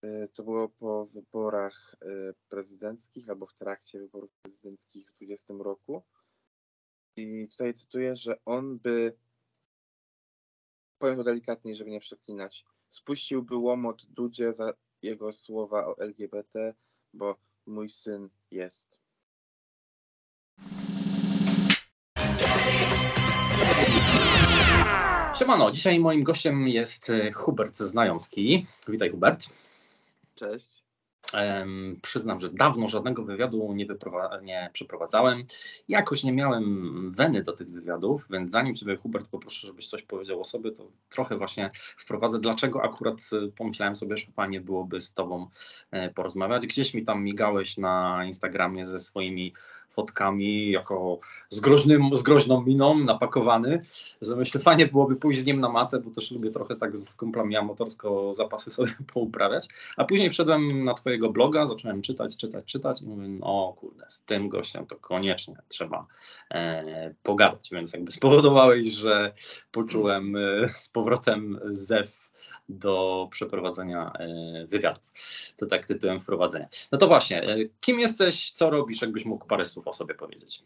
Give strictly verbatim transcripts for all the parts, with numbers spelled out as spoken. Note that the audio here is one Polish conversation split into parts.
y, to było po wyborach y, prezydenckich albo w trakcie wyborów prezydenckich w dwudziestym roku. I tutaj cytuję, że on by, powiem to delikatniej, żeby nie przeklinać, spuściłby łomot Dudzie za jego słowa o L G B T, bo mój syn jest. Siemano, dzisiaj moim gościem jest Hubert Znajomski. Witaj, Hubert. Cześć. Um, przyznam, że dawno żadnego wywiadu nie, wyprowa- nie przeprowadzałem. Jakoś nie miałem weny do tych wywiadów, więc zanim Ciebie, Hubert, poproszę, żebyś coś powiedział o sobie, to trochę właśnie wprowadzę, dlaczego akurat pomyślałem sobie, że fajnie byłoby z Tobą porozmawiać. Gdzieś mi tam migałeś na Instagramie ze swoimi fotkami jako z, groźnym, z groźną miną napakowany, że myślę, fajnie byłoby pójść z nim na matę, bo też lubię trochę tak z kumplami amatorsko zapasy sobie pouprawiać, a później wszedłem na Twojego bloga, zacząłem czytać, czytać, czytać i mówię, o kurde, z tym gościem to koniecznie trzeba e, pogadać, więc jakby spowodowałeś, że poczułem e, z powrotem zew do przeprowadzenia e, wywiadów. To tak tytułem wprowadzenia. No to właśnie, e, kim jesteś, co robisz, jakbyś mógł parę słów o sobie powiedzieć?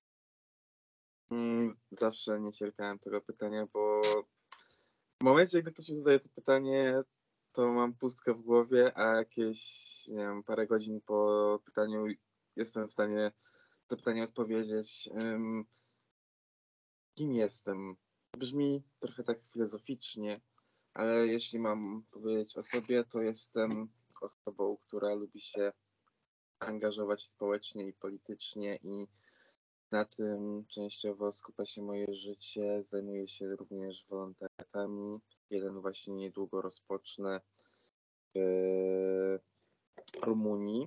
Mm, zawsze nie cierpiałem tego pytania, bo w momencie, gdy ktoś mi zadaje to pytanie, to mam pustkę w głowie, a jakieś, nie wiem, parę godzin po pytaniu jestem w stanie to pytanie odpowiedzieć. Um, kim jestem? Brzmi trochę tak filozoficznie, ale jeśli mam powiedzieć o sobie, to jestem osobą, która lubi się angażować społecznie i politycznie i na tym częściowo skupia się moje życie. Zajmuję się również wolontariatami. Jeden właśnie niedługo rozpocznę w Rumunii.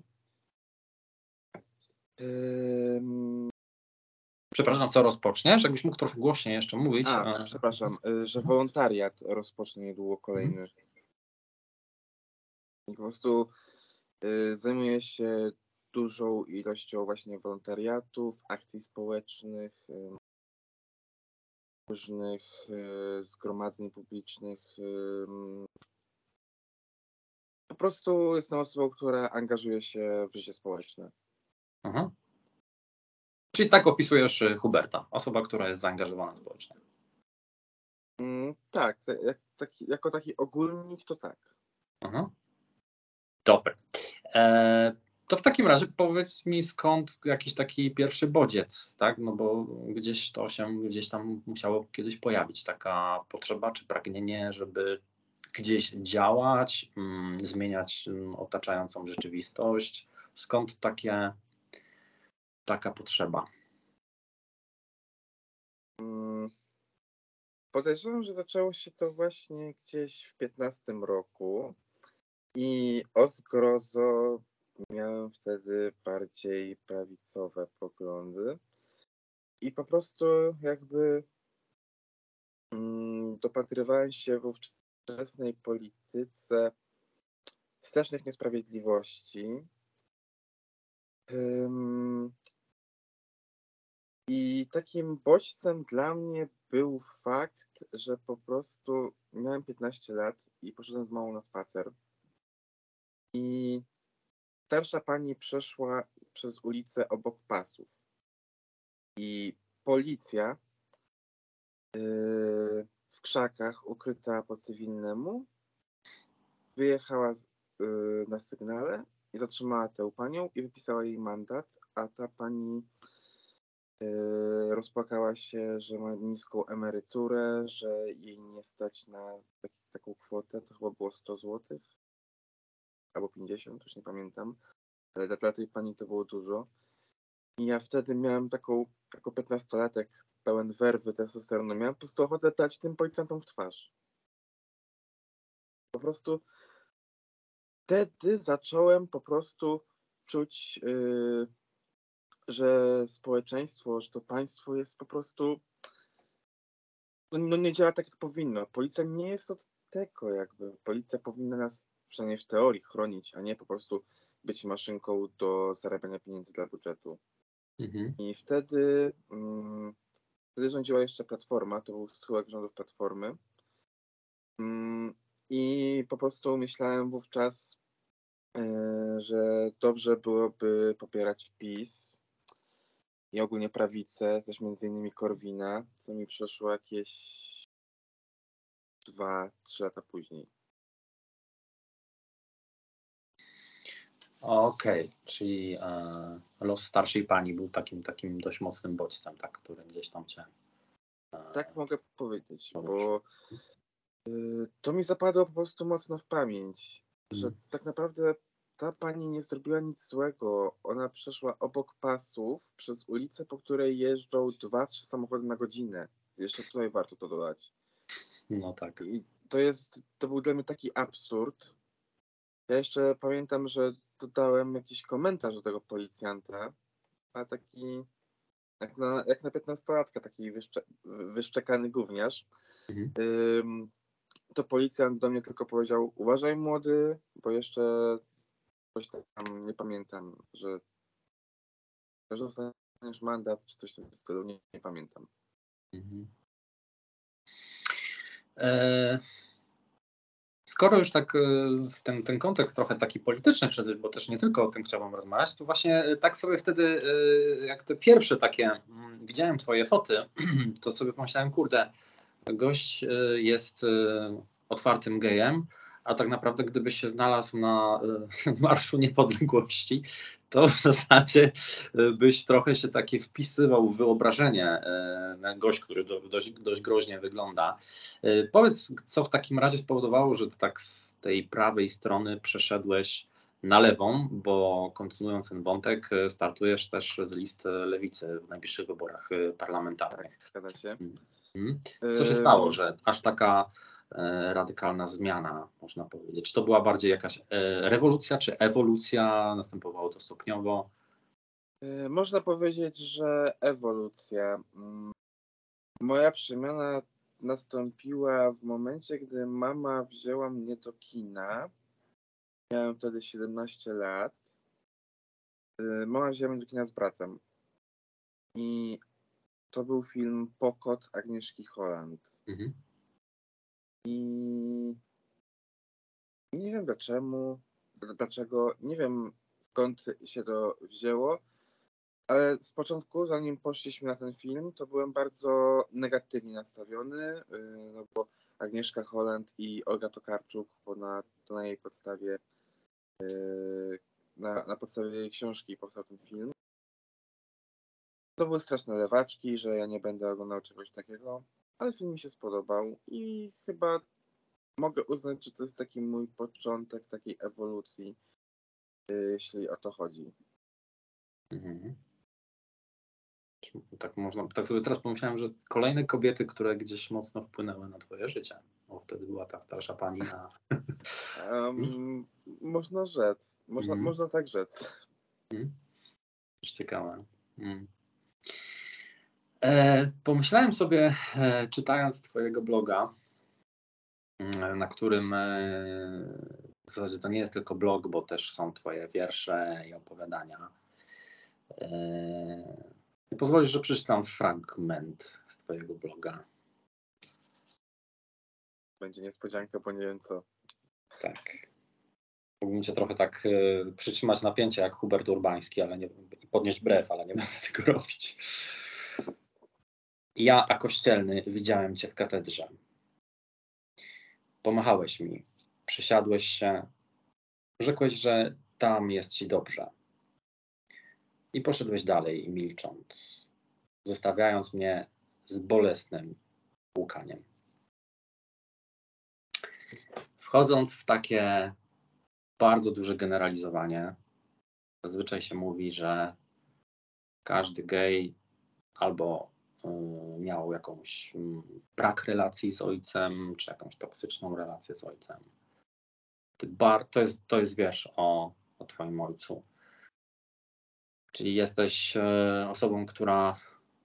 Um, Przepraszam, co rozpoczniesz? Jakbyś mógł trochę głośniej jeszcze mówić. A, a... przepraszam, że wolontariat rozpocznie niedługo kolejny. I po prostu y, zajmuję się dużą ilością właśnie wolontariatów, akcji społecznych, y, różnych y, zgromadzeń publicznych. Y, po prostu jestem osobą, która angażuje się w życie społeczne. Aha. Czyli tak opisujesz Huberta, osoba, która jest zaangażowana społecznie. Mm, tak, jak, taki, jako taki ogólnik to tak. Aha. Dobra. E, to w takim razie powiedz mi, skąd jakiś taki pierwszy bodziec, tak? No bo gdzieś to się gdzieś tam musiało kiedyś pojawić taka potrzeba czy pragnienie, żeby gdzieś działać, mm, zmieniać mm, otaczającą rzeczywistość. Skąd takie, taka potrzeba? Mm, podejrzewam, że zaczęło się to właśnie gdzieś w piętnastym roku i o zgrozo miałem wtedy bardziej prawicowe poglądy i po prostu jakby mm, dopatrywałem się w ówczesnej polityce strasznych niesprawiedliwości. Ym, I takim bodźcem dla mnie był fakt, że po prostu miałem piętnaście lat i poszedłem z mamą na spacer. I starsza pani przeszła przez ulicę obok pasów. I policja yy, w krzakach, ukryta po cywilnemu, wyjechała yy, na sygnale i zatrzymała tę panią i wypisała jej mandat, a ta pani yy, rozpłakała się, że ma niską emeryturę, że jej nie stać na tak, taką kwotę, to chyba było sto złotych albo pięćdziesiąt, już nie pamiętam, ale dla, dla tej pani to było dużo. I ja wtedy miałem taką, jako piętnastolatek pełen werwy, testosteronu, miałem po prostu ochotę dać tym policjantom w twarz. Po prostu wtedy zacząłem po prostu czuć, yy, że społeczeństwo, że to państwo jest po prostu, no, no nie działa tak jak powinno. Policja nie jest od tego jakby. Policja powinna nas, przynajmniej w teorii, chronić, a nie po prostu być maszynką do zarabiania pieniędzy dla budżetu. Mhm. I wtedy, mm, wtedy rządziła jeszcze Platforma, to był schyłek rządów Platformy. Mm, I po prostu myślałem wówczas, że dobrze byłoby popierać PiS i ogólnie prawicę, też między innymi Korwina, co mi przeszło jakieś dwa, trzy lata później. Okej, okay. Czyli e, los starszej pani był takim takim dość mocnym bodźcem, tak, który gdzieś tam cię... E, tak mogę powiedzieć, poruszył. bo y, to mi zapadło po prostu mocno w pamięć, mm. że tak naprawdę ta pani nie zrobiła nic złego. Ona przeszła obok pasów przez ulicę, po której jeżdżą dwa, trzy samochody na godzinę. Jeszcze tutaj warto to dodać. No tak. I to jest, to był dla mnie taki absurd. Ja jeszcze pamiętam, że dodałem jakiś komentarz do tego policjanta, a taki jak na, jak na piętnastolatka, taki wyszcze, wyszczekany gówniarz. Mhm. Ym, to policjant do mnie tylko powiedział: uważaj młody, bo jeszcze coś tam, nie pamiętam, że że dostaniesz mandat, czy coś tam w stylu, nie, nie pamiętam. Mhm. E... Skoro już tak ten, ten kontekst trochę taki polityczny, bo też nie tylko o tym chciałbym rozmawiać, to właśnie tak sobie wtedy, jak te pierwsze takie widziałem twoje foty, to sobie pomyślałem, kurde, gość jest otwartym gejem, a tak naprawdę gdybyś się znalazł na Marszu Niepodległości, to w zasadzie byś trochę się takie wpisywał w wyobrażenie na gość, który dość, dość groźnie wygląda. Powiedz, co w takim razie spowodowało, że ty tak z tej prawej strony przeszedłeś na lewą, bo kontynuując ten wątek, startujesz też z list Lewicy w najbliższych wyborach parlamentarnych. Tak, zgadza się. Co się stało, że aż taka radykalna zmiana, można powiedzieć? Czy to była bardziej jakaś rewolucja, czy ewolucja? Następowało to stopniowo? Można powiedzieć, że ewolucja. Moja przemiana nastąpiła w momencie, gdy mama wzięła mnie do kina. Miałem wtedy siedemnaście lat. Mama wzięła mnie do kina z bratem. I to był film Pokot Agnieszki Holland. Mhm. I nie wiem dlaczego, dlaczego, nie wiem skąd się to wzięło, ale z początku, zanim poszliśmy na ten film, to byłem bardzo negatywnie nastawiony, no bo Agnieszka Holland i Olga Tokarczuk, bo na, to na jej podstawie, na, na podstawie jej książki powstał ten film. To były straszne lewaczki, że ja nie będę oglądał czegoś takiego, ale film mi się spodobał i chyba mogę uznać, że to jest taki mój początek takiej ewolucji, jeśli o to chodzi. Mhm. Tak można, tak sobie teraz pomyślałem, że kolejne kobiety, które gdzieś mocno wpłynęły na twoje życie. Bo wtedy była ta starsza pani na... um, można rzec. Można, mm. można tak rzec. Mm. Ciekawe. Mm. E, pomyślałem sobie, e, czytając twojego bloga, e, na którym e, w zasadzie to nie jest tylko blog, bo też są twoje wiersze i opowiadania. E, pozwolisz, że przeczytam fragment z twojego bloga. Będzie niespodzianka, bo nie wiem co. Tak. Mógłbym cię trochę tak y, przytrzymać napięcie jak Hubert Urbański, ale nie, i podnieść brew, ale nie będę tego robić. Ja, a kościelny, widziałem cię w katedrze. Pomachałeś mi, przysiadłeś się, rzekłeś, że tam jest ci dobrze. I poszedłeś dalej, milcząc, zostawiając mnie z bolesnym łkaniem. Wchodząc w takie bardzo duże generalizowanie, zazwyczaj się mówi, że każdy gej albo y, miał jakąś y, brak relacji z ojcem, czy jakąś toksyczną relację z ojcem. Bar, to, jest, to jest wiersz o, o twoim ojcu. Czyli jesteś y, osobą, która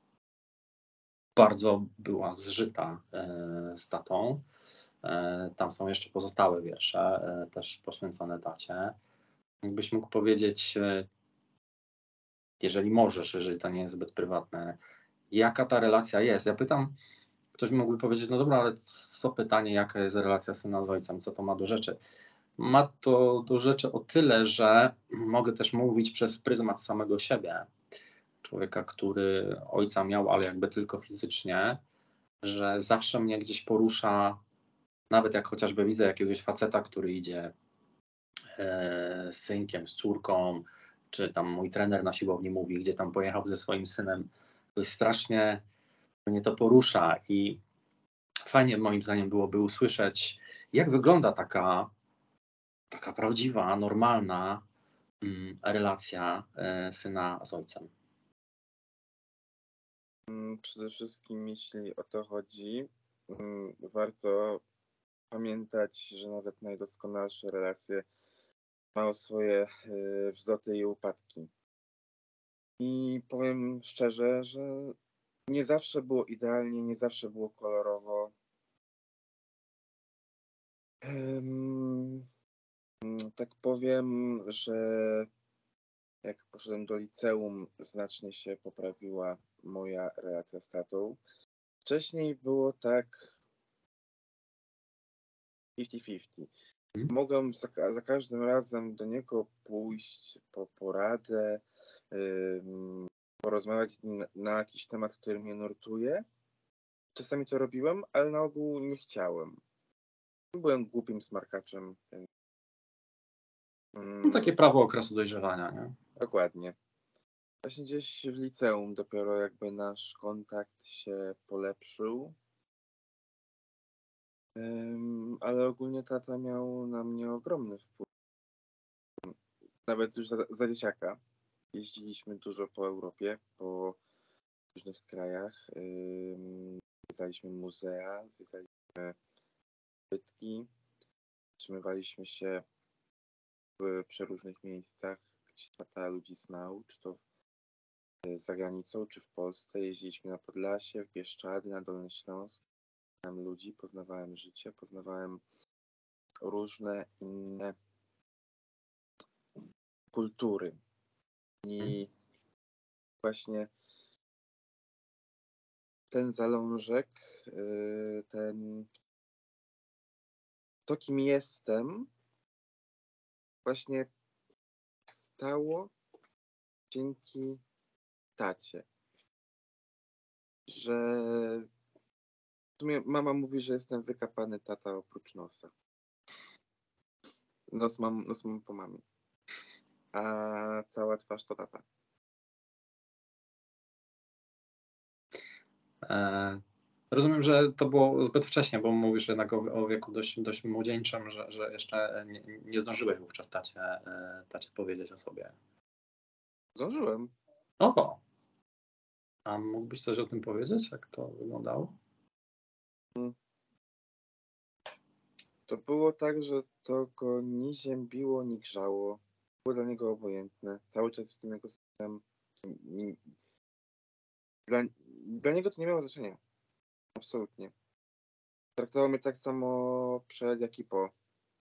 bardzo była zżyta y, z tatą. Y, tam są jeszcze pozostałe wiersze, y, też poświęcone tacie. Jakbyś mógł powiedzieć, y, jeżeli możesz, jeżeli to nie jest zbyt prywatne, jaka ta relacja jest? Ja pytam, ktoś mógłby powiedzieć, no dobra, ale co pytanie, jaka jest relacja syna z ojcem, co to ma do rzeczy? ma to do rzeczy o tyle, że mogę też mówić przez pryzmat samego siebie. Człowieka, który ojca miał, ale jakby tylko fizycznie, że zawsze mnie gdzieś porusza, nawet jak chociażby widzę jakiegoś faceta, który idzie e, z synkiem, z córką, czy tam mój trener na siłowni mówi, gdzie tam pojechał ze swoim synem, to strasznie mnie to porusza i fajnie moim zdaniem byłoby usłyszeć, jak wygląda taka, taka prawdziwa, normalna mm, relacja e, syna z ojcem. Przede wszystkim, jeśli o to chodzi, warto pamiętać, że nawet najdoskonalsze relacje mają swoje wzloty i upadki. I powiem szczerze, że nie zawsze było idealnie, nie zawsze było kolorowo. Um, tak powiem, że jak poszedłem do liceum, znacznie się poprawiła moja relacja z tatą. Wcześniej było tak pięćdziesiąt pięćdziesiąt. Mogłem za, za każdym razem do niego pójść po poradę, yy, porozmawiać z nim na, na jakiś temat, który mnie nurtuje. Czasami to robiłem, ale na ogół nie chciałem. Byłem głupim smarkaczem. Więc... No takie prawo okresu dojrzewania, nie? Dokładnie. Właśnie gdzieś w liceum dopiero jakby nasz kontakt się polepszył. Um, ale ogólnie tata miał na mnie ogromny wpływ. Nawet już za, za dzieciaka. Jeździliśmy dużo po Europie, po różnych krajach. Um, zwiedzaliśmy muzea, zwiedzaliśmy bytki. Zatrzymywaliśmy się w przeróżnych miejscach, gdzie tata ludzi znał, czy to za granicą, czy w Polsce. Jeździliśmy na Podlasie, w Bieszczady, na Dolny Śląsk. Poznawałem ludzi, poznawałem życie, poznawałem różne inne kultury. I właśnie ten zalążek, ten to, kim jestem, właśnie stało dzięki tacie. Że w sumie mama mówi, że jestem wykapany tata oprócz nosa. Nos mam, nos mam po mamie. A cała twarz to tata. E, rozumiem, że to było zbyt wcześnie, bo mówisz jednak o, o wieku dość, dość młodzieńczym, że, że jeszcze nie, nie zdążyłeś wówczas tacie, tacie powiedzieć o sobie. Zdążyłem. Oho. A mógłbyś coś o tym powiedzieć, jak to wyglądało? To było tak, że to go nie ziębiło, nie grzało. Było dla niego obojętne. Cały czas z tym jego synem. Dla, dla niego to nie miało znaczenia. Absolutnie. Traktował mnie tak samo przed, jak i po.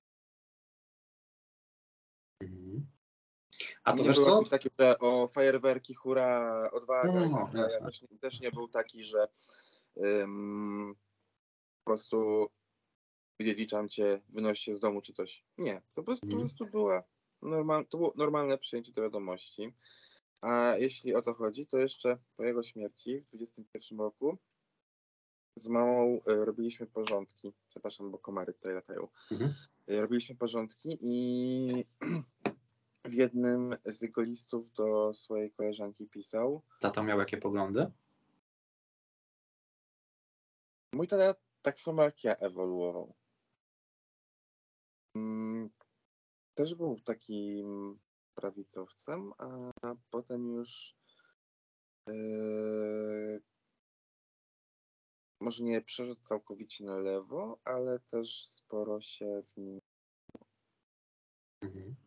Mhm. A to nie wiesz był co? jakiś taki, że o fajerwerki, hura, odwaga. No, ja ja też, też nie był taki, że um, po prostu wydziedziczam cię, wynoś się z domu czy coś. Nie, to po prostu, mm. po prostu była normal, to było normalne przyjęcie do wiadomości. A jeśli o to chodzi, to jeszcze po jego śmierci w dwudziestym pierwszym roku z mamą y, robiliśmy porządki. Przepraszam, bo komary tutaj latają. Mm-hmm. Y, robiliśmy porządki i w jednym z jego listów do swojej koleżanki pisał. Tata miał jakie poglądy? Mój tata tak samo jak ja ewoluował. Też był takim prawicowcem, a potem już yy, może nie przeszedł całkowicie na lewo, ale też sporo się w nim. Mhm.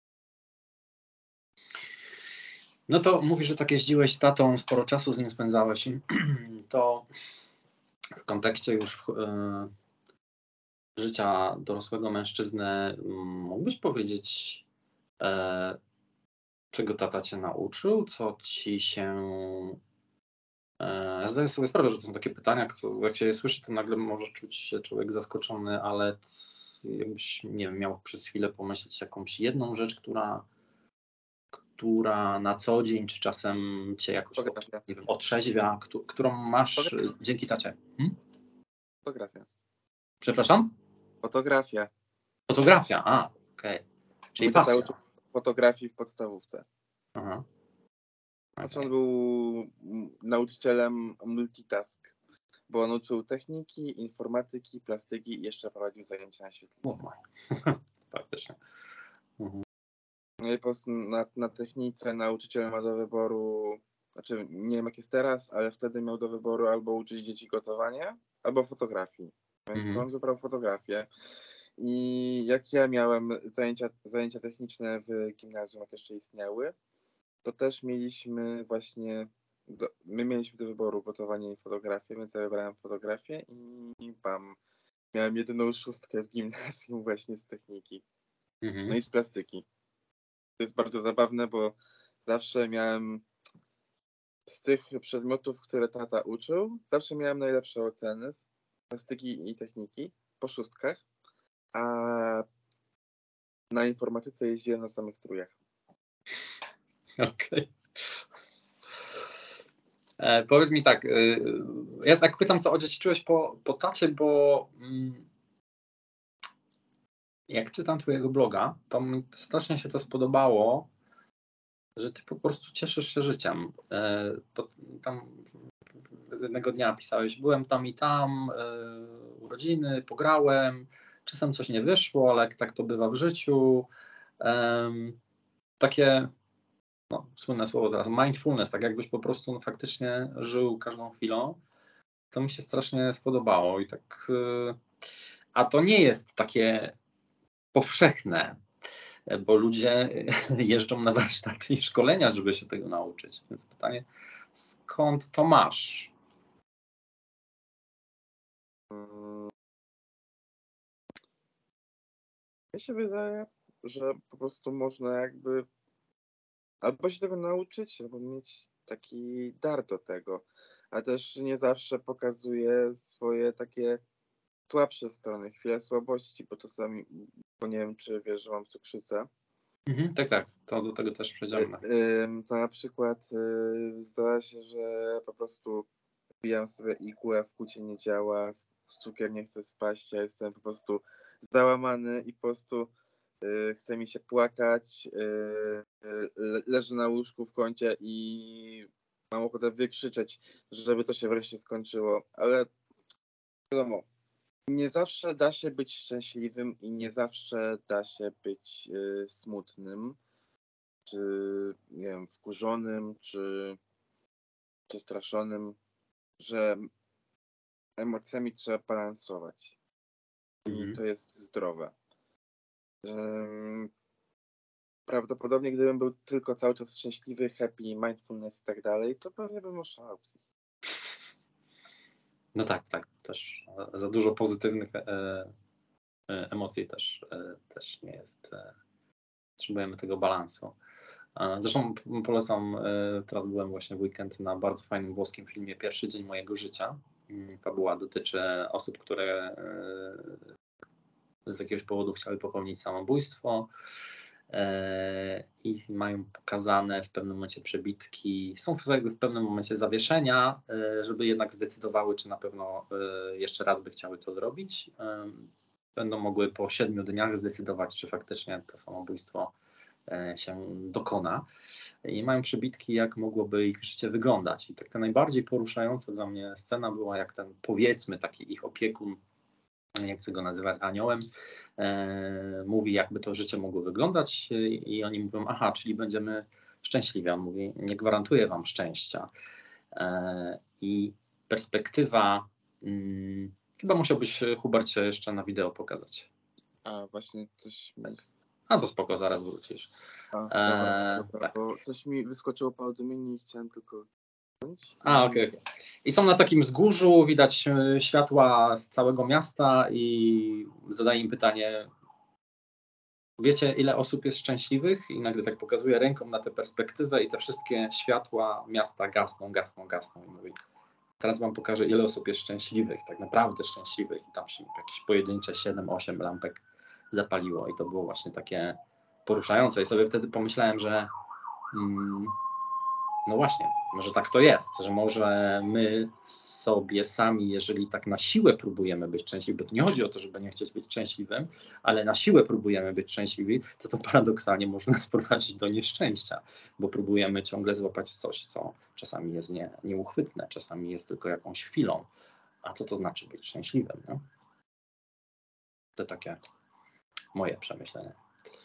No to mówisz, że tak jeździłeś z tatą, sporo czasu z nim spędzałeś. To w kontekście już yy, życia dorosłego mężczyzny mógłbyś powiedzieć, yy, czego tata cię nauczył, co ci się... Ja zdaję sobie sprawę, że to są takie pytania, które jak się je słyszy, to nagle może czuć się człowiek zaskoczony, ale teraz jakbyś, nie wiem, miał przez chwilę pomyśleć jakąś jedną rzecz, która, która na co dzień, czy czasem cię jakoś, Fotografia. nie wiem, otrzeźwia, któ- którą masz Fotografia. dzięki tacie. Hmm? Fotografia. Przepraszam? Fotografia. Fotografia, a, okej. Okay. Czyli Mój tata pasja. uczył fotografii w podstawówce. Aha. Znaczy Okay. on był nauczycielem multitask, bo on uczył techniki, informatyki, plastyki i jeszcze prowadził zajęcia na świetlicy. Faktycznie. Mhm. No i po prostu na, na technice nauczyciel ma do wyboru, znaczy nie wiem jak jest teraz, ale wtedy miał do wyboru albo uczyć dzieci gotowania, albo fotografii. Więc Mhm. on wybrał fotografię. I jak ja miałem zajęcia, zajęcia techniczne w gimnazjum, jak jeszcze istniały, to też mieliśmy właśnie, do, my mieliśmy do wyboru gotowanie i fotografię, więc ja wybrałem fotografię i bam, miałem jedyną szóstkę w gimnazjum właśnie z techniki. Mhm. No i z plastyki. To jest bardzo zabawne, bo zawsze miałem z tych przedmiotów, które tata uczył, zawsze miałem najlepsze oceny z plastyki i techniki po szóstkach, a na informatyce jeździłem na samych trójach. Okej. Okay. E, powiedz mi tak, e, ja tak pytam, co odziedziczyłeś po, po tacie, bo mm, jak czytam twojego bloga, to mi strasznie się to spodobało, że ty po prostu cieszysz się życiem. E, to, tam z jednego dnia pisałeś, byłem tam i tam, e, urodziny, pograłem, czasem coś nie wyszło, ale tak to bywa w życiu. E, takie no, słynne słowo teraz, mindfulness, tak jakbyś po prostu no, faktycznie żył każdą chwilą, to mi się strasznie spodobało i tak, yy, a to nie jest takie powszechne, bo ludzie jeżdżą na warsztaty i szkolenia, żeby się tego nauczyć, więc pytanie, skąd to masz? Mi się wydaje, że po prostu można jakby albo się tego nauczyć, albo mieć taki dar do tego, a też nie zawsze pokazuje swoje takie słabsze strony, chwile słabości, bo czasami, bo nie wiem, czy wiesz, że mam cukrzycę. Mhm, tak, tak, to do tego też przejdziemy. Y, to na przykład y, zdarza się, że po prostu wbijam sobie igłę, w płcie nie działa, cukier nie chce spaść, ja jestem po prostu załamany i po prostu y, chce mi się płakać, y, le, leżę na łóżku w kącie i mam ochotę wykrzyczeć, żeby to się wreszcie skończyło, ale wiadomo, nie zawsze da się być szczęśliwym i nie zawsze da się być y, smutnym, czy nie wiem, wkurzonym, czy przestraszonym, że emocjami trzeba balansować. Mhm. I to jest zdrowe. Um, prawdopodobnie gdybym był tylko cały czas szczęśliwy, happy, mindfulness i tak dalej, to pewnie bym oszalał. No tak, tak, też za dużo pozytywnych e, e, emocji też, e, też nie jest, e, potrzebujemy tego balansu. Zresztą polecam, teraz byłem właśnie w weekend na bardzo fajnym włoskim filmie Pierwszy dzień mojego życia. Fabuła dotyczy osób, które z jakiegoś powodu chciały popełnić samobójstwo i mają pokazane w pewnym momencie przebitki, są w pewnym momencie zawieszenia, żeby jednak zdecydowały, czy na pewno jeszcze raz by chciały to zrobić. Będą mogły po siedmiu dniach zdecydować, czy faktycznie to samobójstwo się dokona i mają przebitki, jak mogłoby ich życie wyglądać. I tak ta najbardziej poruszająca dla mnie scena była, jak ten, powiedzmy, taki ich opiekun, nie chcę go nazywać aniołem, e, mówi, jakby to życie mogło wyglądać i oni mówią, aha, czyli będziemy szczęśliwi. On mówi, nie gwarantuję wam szczęścia. E, I perspektywa, hmm, chyba musiałbyś, Hubert, się jeszcze na wideo pokazać. A, właśnie coś mi... A to spoko, zaraz wrócisz. A, Eee, dobra, dobra, tak. bo coś mi wyskoczyło po powiadomieniu i chciałem tylko... A, okej. Okay. I są na takim wzgórzu, widać światła z całego miasta i zadaję im pytanie, wiecie, ile osób jest szczęśliwych? I nagle tak pokazuje ręką na tę perspektywę i te wszystkie światła miasta gasną, gasną, gasną i mówi, teraz wam pokażę, ile osób jest szczęśliwych, tak naprawdę szczęśliwych i tam się jakieś pojedyncze siedem osiem lampek zapaliło i to było właśnie takie poruszające i sobie wtedy pomyślałem, że mm, no właśnie, może tak to jest, że może my sobie sami, jeżeli tak na siłę próbujemy być szczęśliwi, bo to nie chodzi o to, żeby nie chcieć być szczęśliwym, ale na siłę próbujemy być szczęśliwi, to to paradoksalnie może nas prowadzić do nieszczęścia, bo próbujemy ciągle złapać coś, co czasami jest nie, nieuchwytne, czasami jest tylko jakąś chwilą. A co to znaczy być szczęśliwym? No? To takie moje przemyślenie.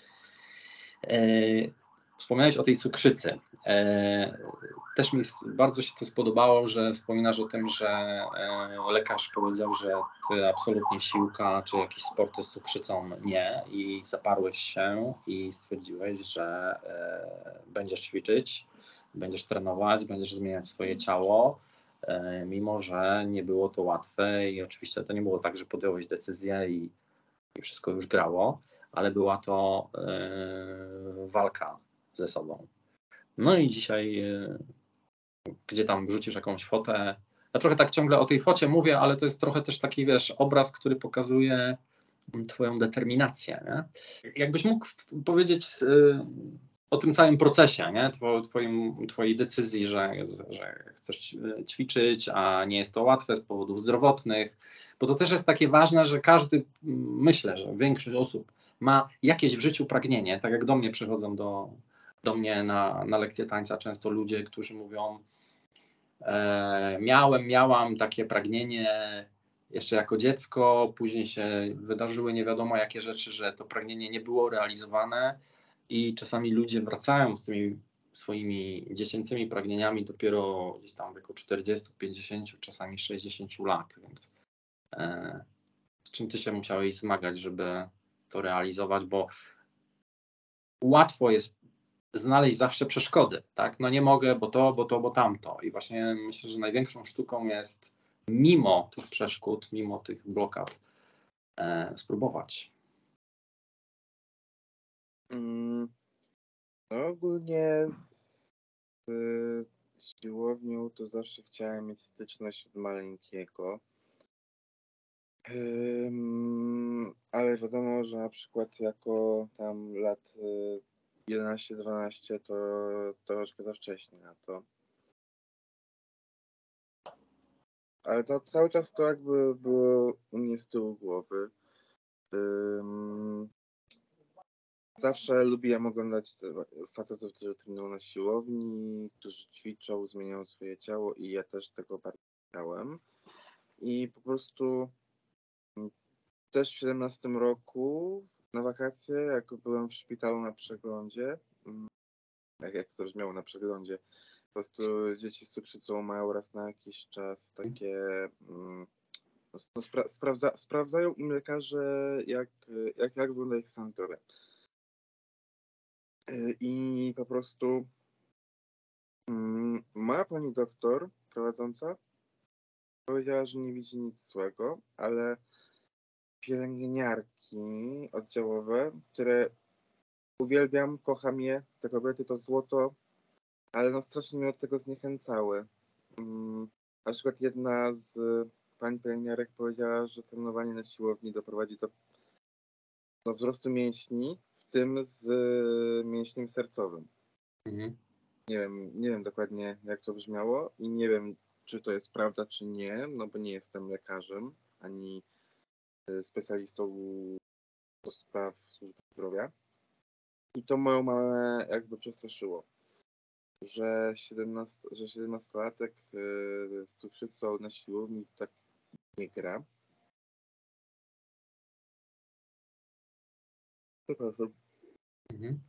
Eee, Wspomniałeś o tej cukrzycy. E, też mi bardzo się to spodobało, że wspominasz o tym, że e, lekarz powiedział, że ty absolutnie siłka czy jakiś sporty z cukrzycą nie i zaparłeś się i stwierdziłeś, że e, będziesz ćwiczyć, będziesz trenować, będziesz zmieniać swoje ciało, e, mimo że nie było to łatwe i oczywiście to nie było tak, że podjąłeś decyzję i, i wszystko już grało, ale była to e, walka ze sobą. No i dzisiaj, gdzie tam wrzucisz jakąś fotę, ja trochę tak ciągle o tej focie mówię, ale to jest trochę też taki, wiesz, obraz, który pokazuje twoją determinację, nie? Jakbyś mógł powiedzieć o tym całym procesie, nie? Twoim, twojej decyzji, że, że chcesz ćwiczyć, a nie jest to łatwe z powodów zdrowotnych, bo to też jest takie ważne, że każdy, myślę, że większość osób ma jakieś w życiu pragnienie, tak jak do mnie przychodzą do do mnie na, na lekcję tańca często ludzie, którzy mówią e, miałem, miałam takie pragnienie jeszcze jako dziecko, później się wydarzyły nie wiadomo jakie rzeczy, że to pragnienie nie było realizowane i czasami ludzie wracają z tymi swoimi dziecięcymi pragnieniami dopiero gdzieś tam w wieku czterdziestu, pięćdziesięciu, czasami sześćdziesięciu lat, więc e, z czym ty się musiałeś zmagać, żeby to realizować, bo łatwo jest znaleźć zawsze przeszkody, tak? No nie mogę, bo to, bo to, bo tamto. I właśnie myślę, że największą sztuką jest mimo tych przeszkód, mimo tych blokad e, spróbować. Mm, no ogólnie z y, siłownią to zawsze chciałem mieć styczność od maleńkiego. Ym, ale wiadomo, że na przykład jako tam lat y, jedenaście dwanaście to troszkę za wcześnie na to. Ale to cały czas to jakby było u mnie z tyłu głowy. Ym, zawsze lubiłem oglądać facetów, którzy trenują na siłowni, którzy ćwiczą, zmieniają swoje ciało i ja też tego bardzo chciałem. I po prostu też w siedemnastym roku na wakacje, jak byłem w szpitalu na przeglądzie, jak, jak to brzmiało na przeglądzie, po prostu dzieci z cukrzycą mają raz na jakiś czas takie, no, spra- sprawdza, sprawdzają im lekarze, jak, jak, jak wygląda ich stan zdrowia. I po prostu moja pani doktor prowadząca powiedziała, że nie widzi nic złego, ale pielęgniarki oddziałowe, które uwielbiam, kocham je, te kobiety to złoto, ale no strasznie mnie od tego zniechęcały. Um, na przykład jedna z pań pielęgniarek powiedziała, że trenowanie na siłowni doprowadzi do no, wzrostu mięśni, w tym z mięśniem sercowym. Mhm. Nie wiem, nie wiem dokładnie jak to brzmiało i nie wiem, czy to jest prawda, czy nie, no bo nie jestem lekarzem, ani specjalistą do spraw służby zdrowia. I to moją mamę jakby przestraszyło, że siedemnasto, że siedemnastolatek yy, z cukrzycą na siłowni tak nie gra. Przepraszam. Mhm.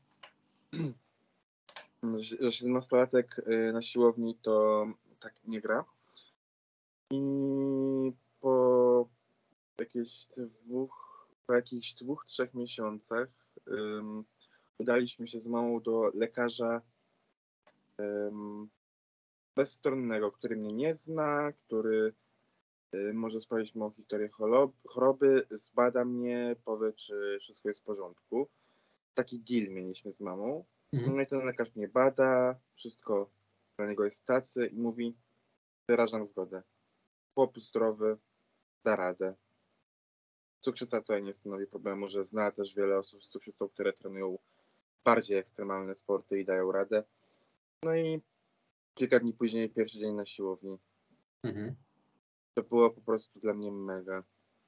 Że siedemnastolatek yy, na siłowni to tak nie gra. I po jakichś dwóch, po jakichś dwóch, trzech miesiącach yy, udaliśmy się z mamą do lekarza um, bezstronnego, który mnie nie zna, który y, może sprawdzić moją historię choroby, zbada mnie, powie, czy wszystko jest w porządku. Taki deal mieliśmy z mamą. Mhm. No i ten lekarz mnie bada, wszystko dla niego jest tacy i mówi, wyrażam zgodę. Chłop zdrowy, da radę. cukrzyca tutaj nie stanowi problemu, że zna też wiele osób z cukrzycą, które trenują bardziej ekstremalne sporty i dają radę. No i kilka dni później pierwszy dzień na siłowni. Mhm. To było po prostu dla mnie mega.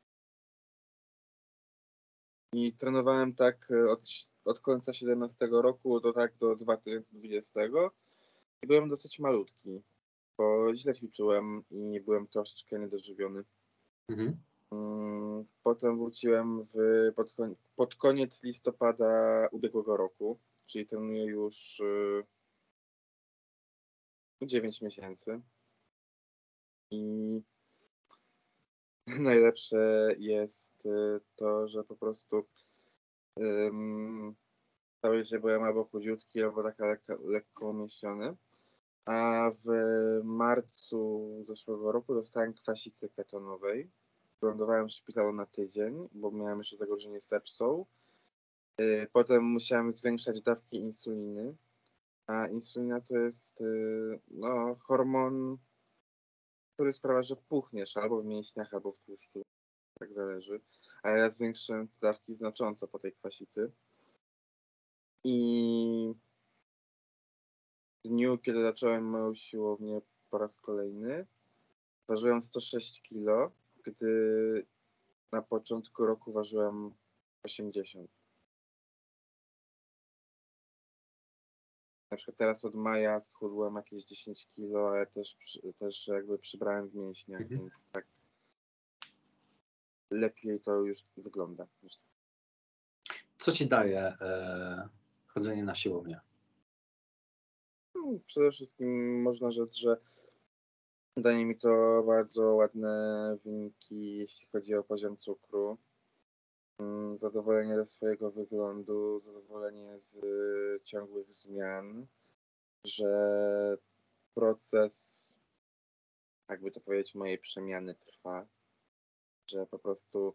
I trenowałem tak od, od końca siedemnastego roku do tak do dwa tysiące dwudziestego i byłem dosyć malutki, bo źle ćwiczyłem i byłem troszeczkę niedożywiony. Mhm. Potem wróciłem w, pod, pod koniec listopada ubiegłego roku, czyli trenuję już yy, dziewięć miesięcy. I najlepsze jest to, że po prostu um, całe życie byłem albo chudziutki, albo taka lekko, lekko umieściony. A w marcu zeszłego roku dostałem kwasicy ketonowej. Wylądowałem w szpitalu na tydzień, bo miałem jeszcze zagrożenie sepsą. Potem musiałem zwiększać dawki insuliny. A insulina to jest no, hormon, który sprawia, że puchniesz albo w mięśniach, albo w tłuszczu. Tak zależy. A ja zwiększyłem te dawki znacząco po tej kwasicy. I w dniu, kiedy zacząłem moją siłownię po raz kolejny, ważyłem sto sześć kilo, gdy na początku roku ważyłem osiemdziesiąt. Na przykład teraz od maja schudłem jakieś dziesięć kilo, ale też, też jakby przybrałem w mięśniach, Mhm. więc tak lepiej to już wygląda. Co ci daje e, chodzenie na siłownię? No, przede wszystkim można rzec, że daje mi to bardzo ładne wyniki, jeśli chodzi o poziom cukru. Zadowolenie ze swojego wyglądu, zadowolenie z ciągłych zmian, że proces, jakby to powiedzieć, mojej przemiany trwa, że po prostu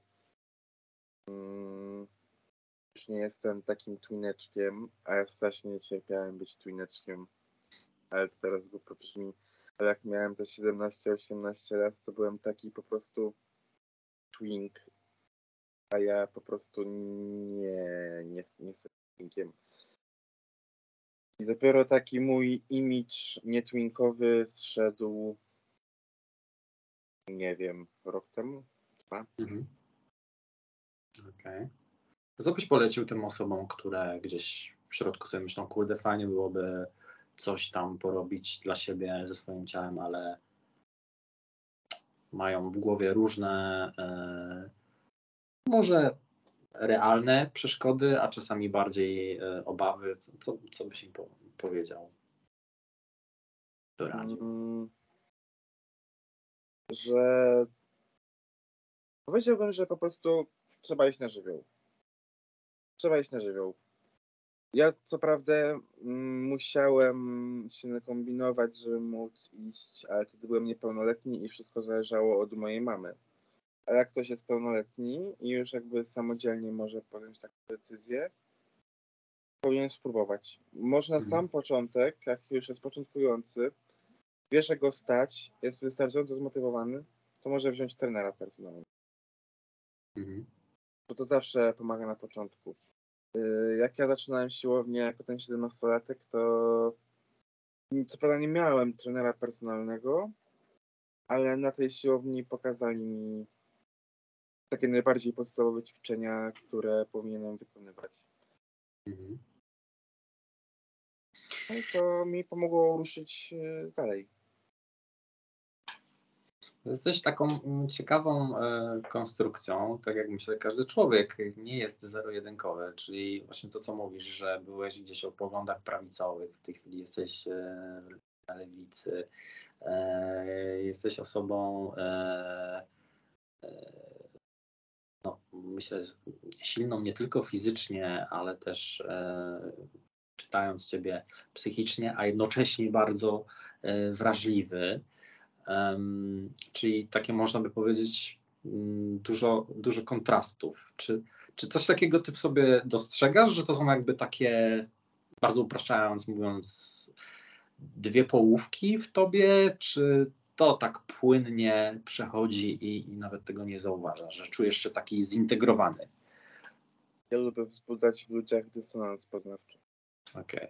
um, już nie jestem takim twineczkiem, a ja strasznie nie cierpiałem być twineczkiem, ale to teraz głupio brzmi, ale jak miałem te siedemnaście osiemnaście lat, to byłem taki po prostu twink, a ja po prostu nie, nie, nie jestem twinkiem. I dopiero taki mój imidż nietwinkowy zszedł, nie wiem, rok temu? Dwa? Mhm. Okej. Okay. Co byś polecił tym osobom, które gdzieś w środku sobie myślą, kurde, fajnie byłoby coś tam porobić dla siebie ze swoim ciałem, ale mają w głowie różne e, może realne przeszkody, a czasami bardziej e, obawy. Co, co byś im po, powiedział? Doradził? Mm, że powiedziałbym, że po prostu trzeba iść na żywioł. Trzeba iść na żywioł. Ja co prawda mm, musiałem się nakombinować, żeby móc iść, ale wtedy byłem niepełnoletni i wszystko zależało od mojej mamy. A jak ktoś jest pełnoletni i już jakby samodzielnie może podjąć taką decyzję, powinien spróbować. Można Mhm. sam początek, jak już jest początkujący, wie, że go stać, jest wystarczająco zmotywowany, to może wziąć trenera personalnego. Mhm. Bo to zawsze pomaga na początku. Jak ja zaczynałem siłownię jako ten siedemnastolatek, to co prawda nie miałem trenera personalnego, ale na tej siłowni pokazali mi takie najbardziej podstawowe ćwiczenia, które powinienem wykonywać. Mhm. No i to mi pomogło ruszyć dalej. Jesteś taką ciekawą e, konstrukcją, tak jak myślę, każdy człowiek nie jest zero-jedynkowy, czyli właśnie to, co mówisz, że byłeś gdzieś o poglądach prawicowych, w tej chwili jesteś e, na lewicy, e, jesteś osobą e, e, no, myślę, silną nie tylko fizycznie, ale też e, czytając Ciebie psychicznie, a jednocześnie bardzo e, wrażliwy. Um, czyli takie można by powiedzieć um, dużo, dużo kontrastów. Czy, czy coś takiego ty w sobie dostrzegasz, że to są jakby takie, bardzo upraszczając mówiąc, dwie połówki w tobie, czy to tak płynnie przechodzi i, i nawet tego nie zauważasz, że czujesz się taki zintegrowany. Ja lubię wzbudzać w ludziach dysonans poznawczy. Okej.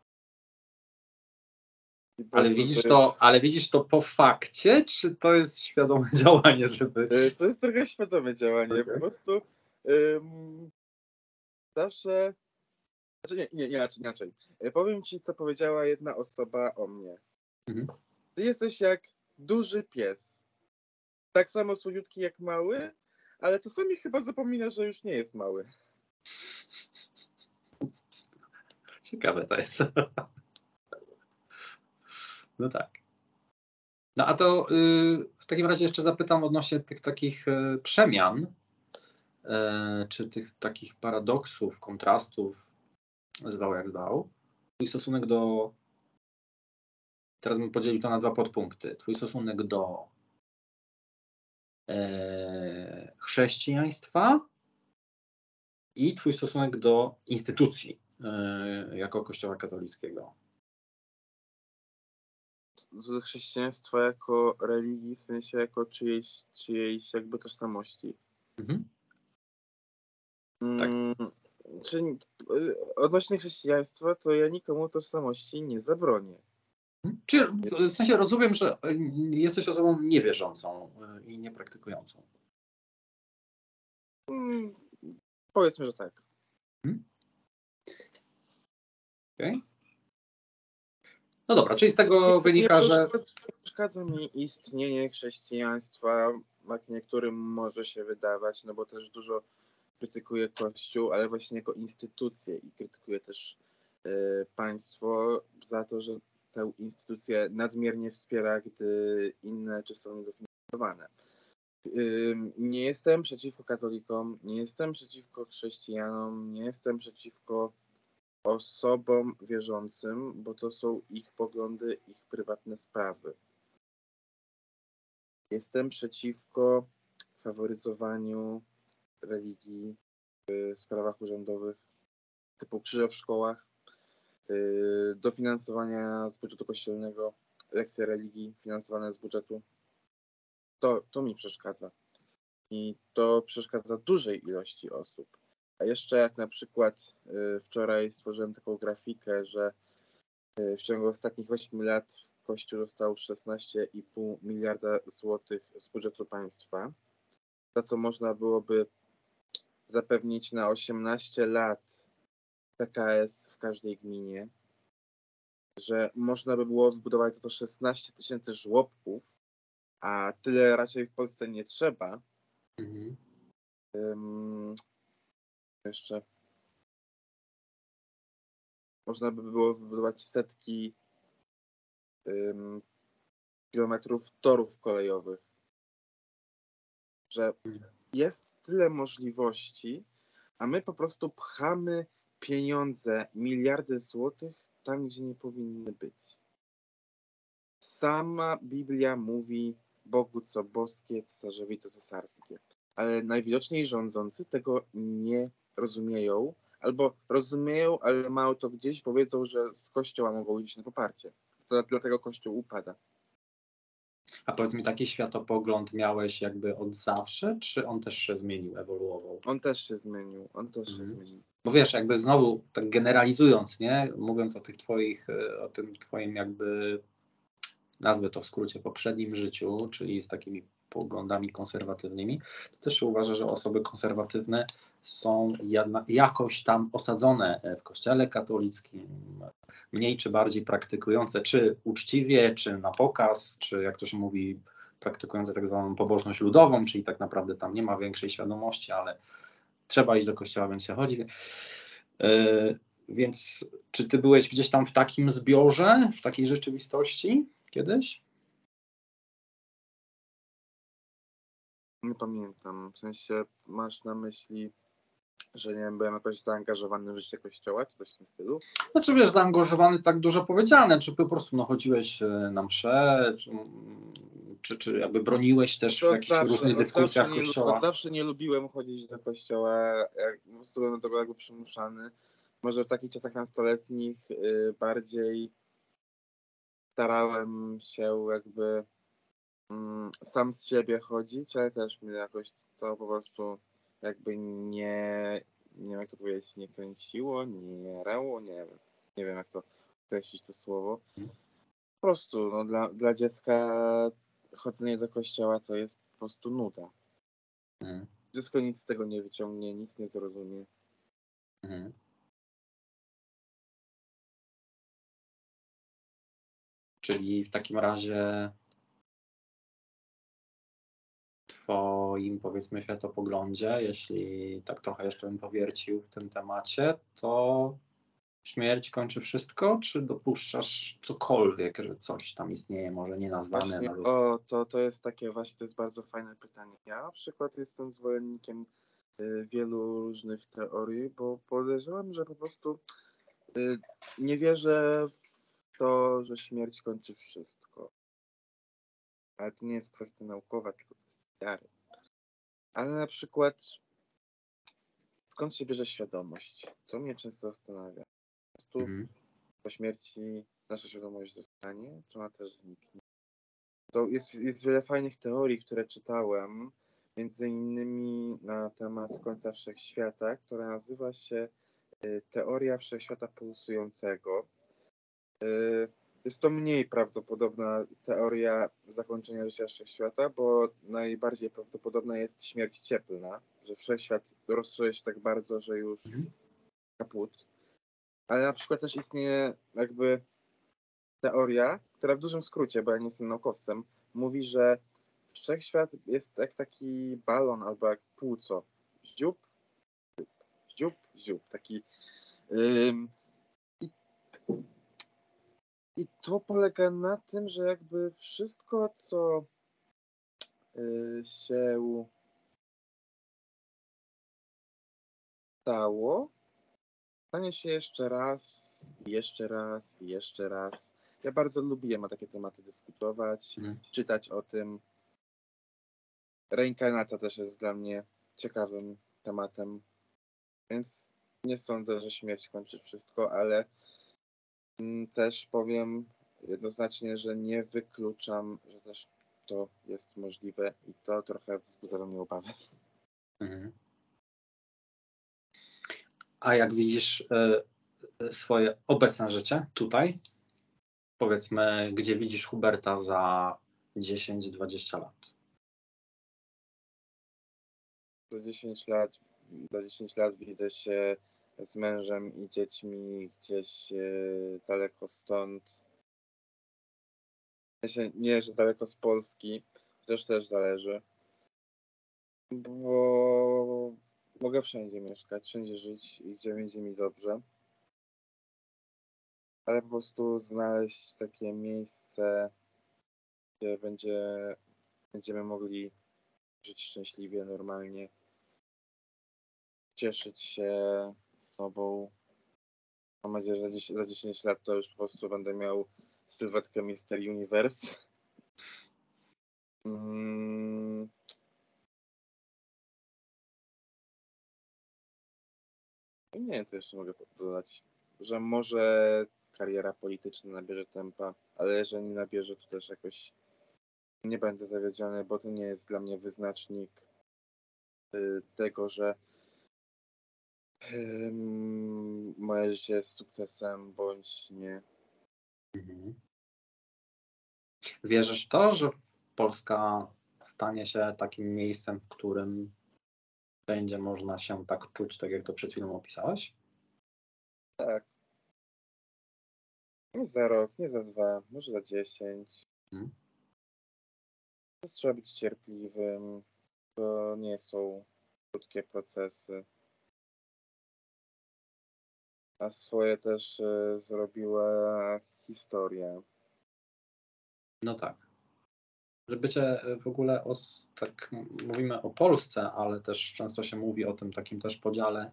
I po Ale prostu widzisz to to, ale widzisz to po fakcie, czy to jest świadome działanie, żeby... jest, y, to jest trochę świadome działanie. Okej. Po prostu ym, zawsze... Znaczy nie, nie, inaczej, inaczej. Y, Powiem ci, co powiedziała jedna osoba o mnie. Mhm. Ty jesteś jak duży pies. Tak samo słodziutki jak mały, ale czasami chyba zapomina, że już nie jest mały. Ciekawe to jest. No tak. No a to y, w takim razie jeszcze zapytam odnośnie tych takich y, przemian, y, czy tych takich paradoksów, kontrastów, zwał jak zwał. Twój stosunek do, teraz bym podzielił to na dwa podpunkty. Twój stosunek do e, chrześcijaństwa i twój stosunek do instytucji e, jako Kościoła katolickiego. Do chrześcijaństwa jako religii, w sensie jako czyjejś, czyjejś jakby tożsamości. Mhm. Tak. Mm, czy, y, odnośnie chrześcijaństwa, to ja nikomu tożsamości nie zabronię. Czy w sensie rozumiem, że jesteś osobą niewierzącą e, i niepraktykującą. Mm, powiedzmy, że tak. Hmm? Okay. No dobra, czyli z tego Nie, wynika, nie że... przeszkadza, nie przeszkadza mi istnienie chrześcijaństwa, jak niektórym może się wydawać, no bo też dużo krytykuje Kościół, ale właśnie jako instytucję i krytykuje też y, państwo za to, że tę instytucję nadmiernie wspiera, gdy inne czy są niedofinansowane. Y, nie jestem przeciwko katolikom, nie jestem przeciwko chrześcijanom, nie jestem przeciwko osobom wierzącym, bo to są ich poglądy, ich prywatne sprawy. Jestem przeciwko faworyzowaniu religii w sprawach urzędowych, typu krzyże w szkołach, yy, dofinansowania z budżetu kościelnego, lekcje religii finansowane z budżetu. To, to mi przeszkadza. I to przeszkadza dużej ilości osób. A jeszcze jak na przykład yy, wczoraj stworzyłem taką grafikę, że yy, w ciągu ostatnich ośmiu lat Kościół dostał szesnaście i pół miliarda złotych z budżetu państwa, za co można byłoby zapewnić na osiemnaście lat P K S w każdej gminie, że można by było zbudować to szesnaście tysięcy żłobków, a tyle raczej w Polsce nie trzeba. Mhm. Um, jeszcze można by było wybudować setki um, kilometrów torów kolejowych, że jest tyle możliwości, a my po prostu pchamy pieniądze, miliardy złotych tam, gdzie nie powinny być. Sama Biblia mówi Bogu co boskie, cesarzowi co cesarskie. Ale najwidoczniej rządzący tego nie rozumieją, albo rozumieją, ale mają to gdzieś, bo wiedzą, że z Kościoła mogą liczyć na poparcie. To dlatego Kościół upada. A powiedz mi, taki światopogląd miałeś jakby od zawsze, czy on też się zmienił, ewoluował? On też się zmienił, on też Mhm. się zmienił. Bo wiesz, jakby znowu tak generalizując, nie, mówiąc o tych twoich, o tym twoim jakby, nazwę to w skrócie, poprzednim życiu, czyli z takimi poglądami konserwatywnymi, to też się uważa, że osoby konserwatywne są jedna, jakoś tam osadzone w kościele katolickim, mniej czy bardziej praktykujące, czy uczciwie, czy na pokaz, czy jak to się mówi, praktykujące tak zwaną pobożność ludową, czyli tak naprawdę tam nie ma większej świadomości, ale trzeba iść do kościoła, więc się chodzi. Yy, więc czy ty byłeś gdzieś tam w takim zbiorze, w takiej rzeczywistości kiedyś? Nie pamiętam. W sensie masz na myśli, że nie wiem, byłem jakoś zaangażowany w życie Kościoła, czy coś w tym stylu? Znaczy wiesz, zaangażowany tak dużo powiedziane, czy po prostu no, chodziłeś na mszę, czy, czy, czy jakby broniłeś też w Od jakichś zawsze, różnych od dyskusjach zawsze, nie, Kościoła? od zawsze nie lubiłem chodzić do kościoła, jak, po prostu byłem do tego jakby przymuszany. Może w takich czasach nastoletnich y, bardziej starałem się jakby mm, sam z siebie chodzić, ale też mnie jakoś to po prostu jakby nie, nie wiem jak to powiedzieć, nie kręciło, nie jarało, nie wiem, nie wiem jak to określić to słowo. Po prostu no, dla, dla dziecka chodzenie do kościoła to jest po prostu nuda. Mhm. Dziecko nic z tego nie wyciągnie, nic nie zrozumie. Mhm. Czyli w takim razie twoim, powiedzmy, światopoglądzie, jeśli tak trochę jeszcze bym powiercił w tym temacie, to śmierć kończy wszystko, czy dopuszczasz cokolwiek, że coś tam istnieje, może nienazwane Właśnie, na zasadzie? o, to, to jest takie właśnie, to jest bardzo fajne pytanie. Ja na przykład jestem zwolennikiem y, wielu różnych teorii, bo podejrzewam, że po prostu y, nie wierzę w to, że śmierć kończy wszystko. Ale to nie jest kwestia naukowa, tylko kwestia wiary. Ale na przykład skąd się bierze świadomość? To mnie często zastanawia. Po prostu Mhm. po śmierci nasza świadomość zostanie, czy ona też zniknie? To jest, jest wiele fajnych teorii, które czytałem, między innymi na temat końca wszechświata, która nazywa się y, teoria wszechświata pulsującego. Y, Jest to mniej prawdopodobna teoria zakończenia życia wszechświata, bo najbardziej prawdopodobna jest śmierć cieplna, że wszechświat rozszerzy się tak bardzo, że już Mhm. kaput. Ale na przykład też istnieje jakby teoria, która w dużym skrócie, bo ja nie jestem naukowcem, mówi, że wszechświat jest jak taki balon albo jak płuco. Ziup, ziup, ziup. Taki. Ym, i, I to polega na tym, że jakby wszystko, co y, się stało, stanie się jeszcze raz, jeszcze raz, jeszcze raz. Ja bardzo lubię na takie tematy dyskutować, Mhm. czytać o tym. Reinkarnacja też jest dla mnie ciekawym tematem, więc nie sądzę, że śmierć kończy wszystko, ale mm, też powiem jednoznacznie, że nie wykluczam, że też to jest możliwe i to trochę wzbudza we mnie obawy. Mhm. A jak widzisz y, swoje obecne życie tutaj? Powiedzmy, gdzie widzisz Huberta za dziesięć dwadzieścia lat? Za dziesięć lat, za dziesięć lat widzę się z mężem i dziećmi gdzieś e, daleko stąd. Ja się, nie, że daleko z Polski, chociaż też zależy. Bo mogę wszędzie mieszkać, wszędzie żyć i gdzie będzie mi dobrze. Ale po prostu znaleźć takie miejsce, gdzie będzie, będziemy mogli żyć szczęśliwie, normalnie, cieszyć się sobą. Mam nadzieję, że za dziesięć, za dziesięć lat to już po prostu będę miał sylwetkę mister Universe. Mm, i nie wiem, co jeszcze mogę dodać. Że może kariera polityczna nabierze tempa, ale jeżeli nie nabierze, to też jakoś nie będę zawiedziony, bo to nie jest dla mnie wyznacznik y, tego, że ym, moje życie jest sukcesem bądź nie. Mhm. Wierzysz w to, że Polska stanie się takim miejscem, w którym będzie można się tak czuć, tak jak to przed chwilą opisałeś? Tak. Nie za rok, nie za dwa, może za dziesięć. Mhm. Trzeba być cierpliwym. To nie są krótkie procesy. A swoje też e, zrobiła historia. No tak. Że bycie w ogóle, o, tak mówimy o Polsce, ale też często się mówi o tym takim też podziale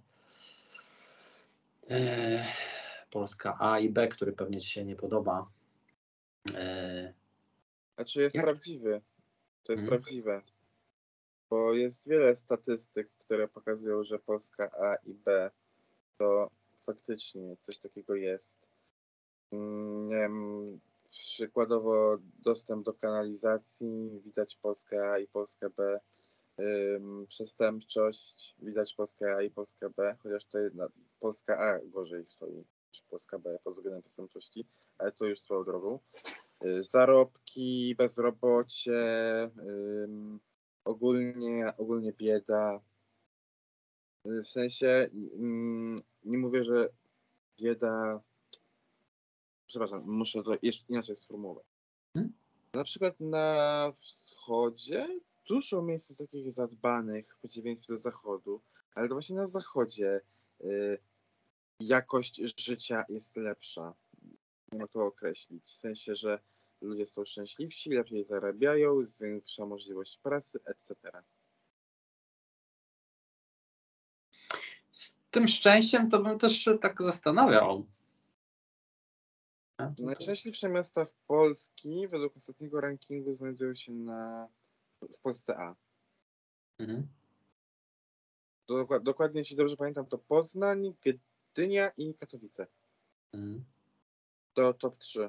e, Polska A i B, który pewnie Ci się nie podoba. E, Znaczy jest jak? prawdziwy. To jest Mhm. prawdziwe. Bo jest wiele statystyk, które pokazują, że Polska A i B to faktycznie coś takiego jest. Mm, Nie wiem, przykładowo dostęp do kanalizacji, widać Polskę A i Polskę B, ym, przestępczość, widać Polskę A i Polskę B, chociaż tutaj na, Polska A gorzej stoi niż Polska B pod względem przestępczości, ale to już swoją drogą. Yy, zarobki, bezrobocie, ym, ogólnie, ogólnie bieda. Yy, w sensie, ym, nie mówię, że bieda. Przepraszam, muszę to jeszcze inaczej sformułować. Hmm? Na przykład na wschodzie dużo miejsc jest takich zadbanych w przeciwieństwie do zachodu, ale to właśnie na zachodzie y, jakość życia jest lepsza. Można to określić. W sensie, że ludzie są szczęśliwsi, lepiej zarabiają, jest większa możliwość pracy, et cetera. Z tym szczęściem to bym też się tak zastanawiał. Najszczęśliwsze miasta w Polsce według ostatniego rankingu znajdują się na, w Polsce A. Mhm. Dokład, dokładnie, jeśli dobrze pamiętam, to Poznań, Gdynia i Katowice. Mhm. To top trzy.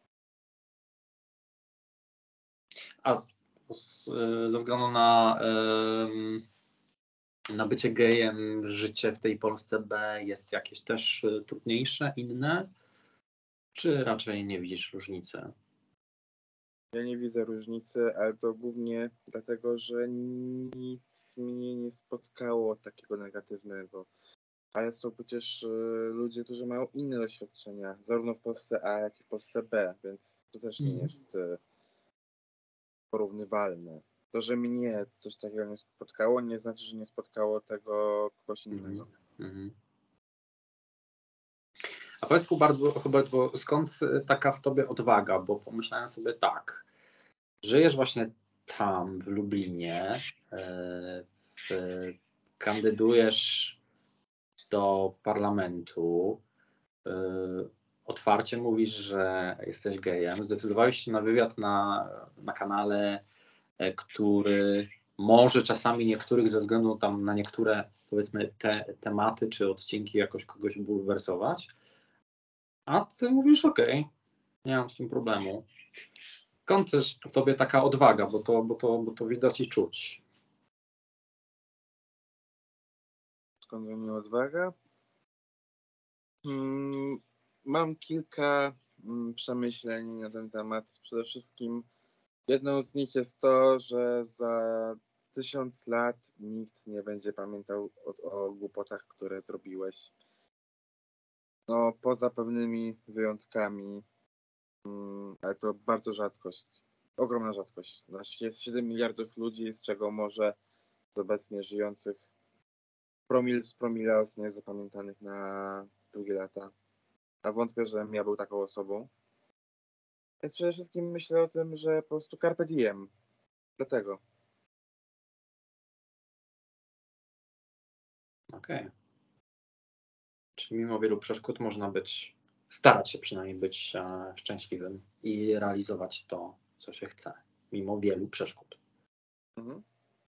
A z, ze względu na, na bycie gejem, życie w tej Polsce B jest jakieś też trudniejsze, inne? Czy raczej nie widzisz różnicy? Ja nie widzę różnicy, ale to głównie dlatego, że nic mnie nie spotkało takiego negatywnego. Ale są przecież ludzie, którzy mają inne doświadczenia, zarówno w Polsce A, jak i w Polsce B, więc to też nie jest porównywalne. To, że mnie coś takiego nie spotkało, nie znaczy, że nie spotkało tego kogoś innego. Mm-hmm. A powiedz Hubert, Hubert, bo skąd taka w tobie odwaga? Bo pomyślałem sobie tak, żyjesz właśnie tam w Lublinie, w, kandydujesz do parlamentu, otwarcie mówisz, że jesteś gejem, zdecydowałeś się na wywiad na, na kanale, który może czasami niektórych ze względu tam na niektóre, powiedzmy, te tematy czy odcinki jakoś kogoś bulwersować, a ty mówisz, okej, okay, nie mam z tym problemu. Skąd też w tobie taka odwaga, bo to, bo to, bo to widać i czuć? Skąd we mnie odwaga? Hmm, mam kilka mm, przemyśleń na ten temat. Przede wszystkim jedną z nich jest to, że za tysiąc lat nikt nie będzie pamiętał o, o głupotach, które zrobiłeś. No, poza pewnymi wyjątkami, mm, ale to bardzo rzadkość, ogromna rzadkość. Na świecie jest siedem miliardów ludzi, z czego może z obecnie żyjących promil z promila osób niezapamiętanych na długie lata. A wątpię, żebym ja był taką osobą. Więc przede wszystkim myślę o tym, że po prostu carpe diem. Dlatego. Okej. Okay. Czyli mimo wielu przeszkód można być, starać się przynajmniej być e, szczęśliwym i realizować to, co się chce, mimo wielu przeszkód. Mhm.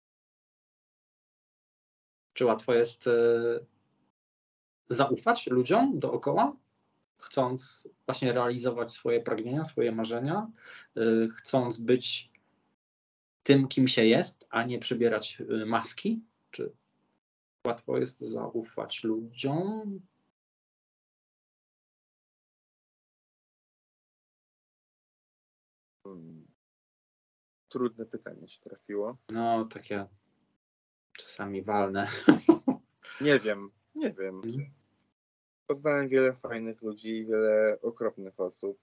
Czy łatwo jest e, zaufać ludziom dookoła, chcąc właśnie realizować swoje pragnienia, swoje marzenia, e, chcąc być tym, kim się jest, a nie przybierać e, maski? Czy łatwo jest zaufać ludziom? Hmm. Trudne pytanie się trafiło. No, takie czasami walne. Nie wiem, nie wiem. Hmm. Poznałem wiele fajnych ludzi, wiele okropnych osób.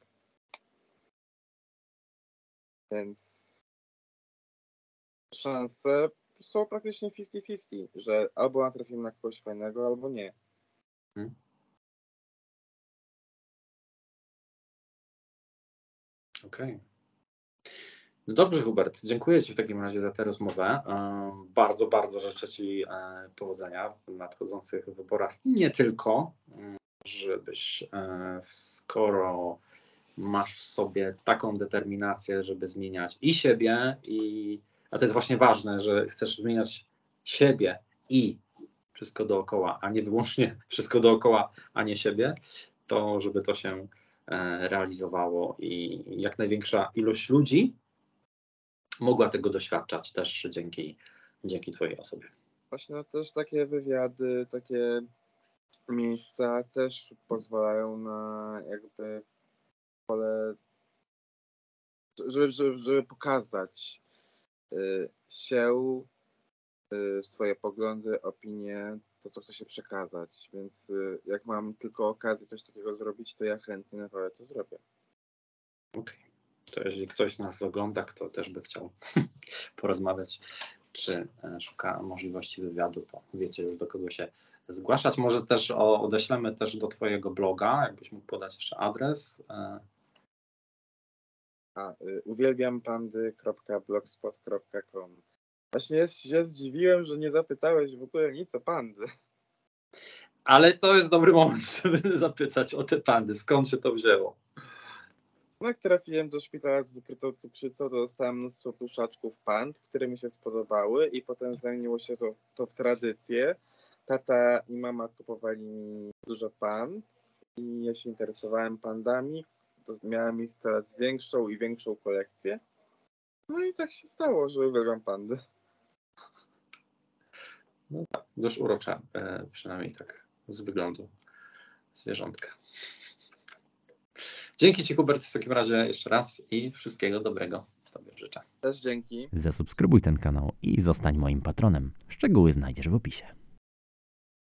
Więc szanse są praktycznie fifty fifty, że albo natrafimy na kogoś fajnego, albo nie. Hmm. Okej. Okay. No dobrze, Hubert, dziękuję Ci w takim razie za tę rozmowę. Bardzo, bardzo życzę Ci powodzenia w nadchodzących wyborach i nie tylko, żebyś, skoro masz w sobie taką determinację, żeby zmieniać i siebie, i, a to jest właśnie ważne, że chcesz zmieniać siebie i wszystko dookoła, a nie wyłącznie wszystko dookoła, a nie siebie, to żeby to się realizowało i jak największa ilość ludzi mogła tego doświadczać też dzięki, dzięki Twojej osobie. Właśnie no, też takie wywiady, takie miejsca też pozwalają na jakby pole, żeby, żeby, żeby pokazać y, się, y, swoje poglądy, opinie, to co chce się przekazać, więc y, jak mam tylko okazję coś takiego zrobić, to ja chętnie naprawdę to zrobię. Okej. To jeżeli ktoś z nas ogląda, kto też by chciał porozmawiać, czy szuka możliwości wywiadu, to wiecie już do kogo się zgłaszać. Może też o, odeślemy też do Twojego bloga, jakbyś mógł podać jeszcze adres. A, y, uwielbiam pandy kropka blogspot kropka com. Właśnie się zdziwiłem, że nie zapytałeś w ogóle nic o pandy. Ale to jest dobry moment, żeby zapytać o te pandy. Skąd się to wzięło? No jak trafiłem do szpitala z wykrytą cukrzycą, to dostałem mnóstwo pluszaczków pand, które mi się spodobały i potem zamieniło się to, to w tradycję. Tata i mama kupowali mi dużo pand i ja się interesowałem pandami. To miałem ich coraz większą i większą kolekcję. No i tak się stało, że uwielbiam pandy. No tak, dość urocza, e, przynajmniej tak z wyglądu zwierzątka. Dzięki Ci, Hubert, w takim razie jeszcze raz i wszystkiego dobrego Tobie życzę. Też dzięki. Zasubskrybuj ten kanał i zostań moim patronem. Szczegóły znajdziesz w opisie.